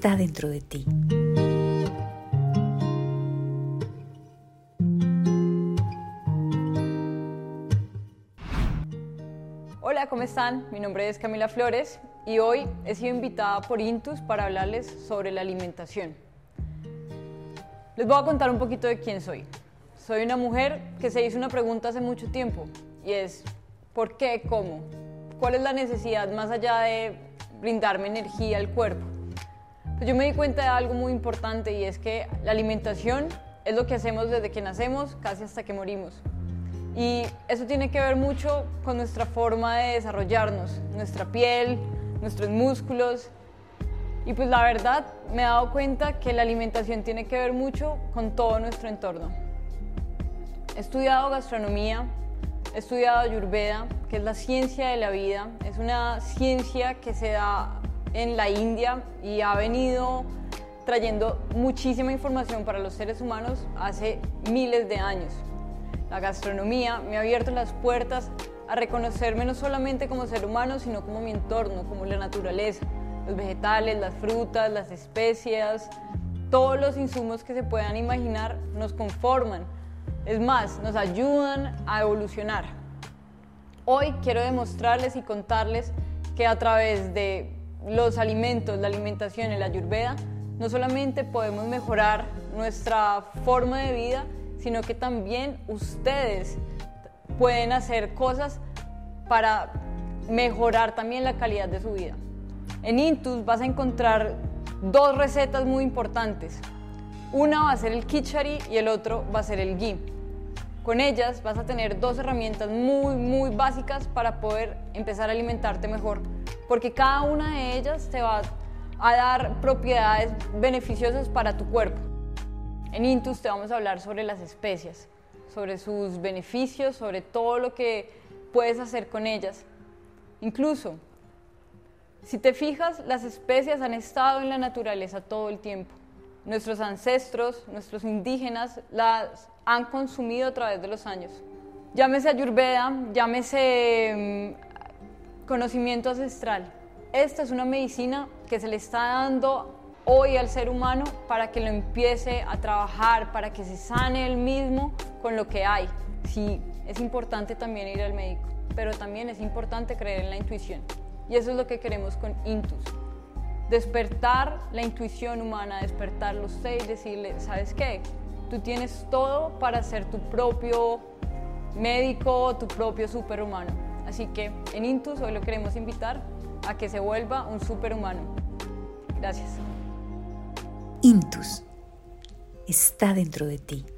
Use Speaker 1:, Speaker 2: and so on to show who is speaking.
Speaker 1: está dentro de ti.
Speaker 2: Hola, ¿cómo están? Mi nombre es Camila Flores y hoy he sido invitada por Intus para hablarles sobre la alimentación. Les voy a contar un poquito de quién soy. Soy una mujer que se hizo una pregunta hace mucho tiempo y es ¿por qué como? ¿Cuál es la necesidad más allá de brindarme energía al cuerpo? Pues yo me di cuenta de algo muy importante y es que la alimentación es lo que hacemos desde que nacemos casi hasta que morimos. Y eso tiene que ver mucho con nuestra forma de desarrollarnos, nuestra piel, nuestros músculos. Y pues la verdad me he dado cuenta que la alimentación tiene que ver mucho con todo nuestro entorno. He estudiado gastronomía, he estudiado Ayurveda, que es la ciencia de la vida. Es una ciencia que se da en la India y ha venido trayendo muchísima información para los seres humanos hace miles de años. La gastronomía me ha abierto las puertas a reconocerme no solamente como ser humano, sino como mi entorno, como la naturaleza, los vegetales, las frutas, las especias, todos los insumos que se puedan imaginar nos conforman. Es más, nos ayudan a evolucionar. Hoy quiero demostrarles y contarles que a través de los alimentos, la alimentación y la Ayurveda, no solamente podemos mejorar nuestra forma de vida, sino que también ustedes pueden hacer cosas para mejorar también la calidad de su vida. En Intus vas a encontrar dos recetas muy importantes. Una va a ser el Khichdi y el otro va a ser el ghee. Con ellas vas a tener dos herramientas muy básicas para poder empezar a alimentarte mejor, porque cada una de ellas te va a dar propiedades beneficiosas para tu cuerpo. En Intus te vamos a hablar sobre las especias, sobre sus beneficios, sobre todo lo que puedes hacer con ellas. Incluso, si te fijas, las especias han estado en la naturaleza todo el tiempo. Nuestros ancestros, nuestros indígenas, las han consumido a través de los años. Llámese Ayurveda, llámese conocimiento ancestral. Esta es una medicina que se le está dando hoy al ser humano para que lo empiece a trabajar, para que se sane él mismo con lo que hay. Sí, es importante también ir al médico, pero también es importante creer en la intuición. Y eso es lo que queremos con Intus. Despertar la intuición humana, despertarlo usted y decirle, ¿sabes qué? Tú tienes todo para ser tu propio médico, tu propio superhumano. Así que en Intus hoy lo queremos invitar a que se vuelva un superhumano. Gracias.
Speaker 1: Intus está dentro de ti.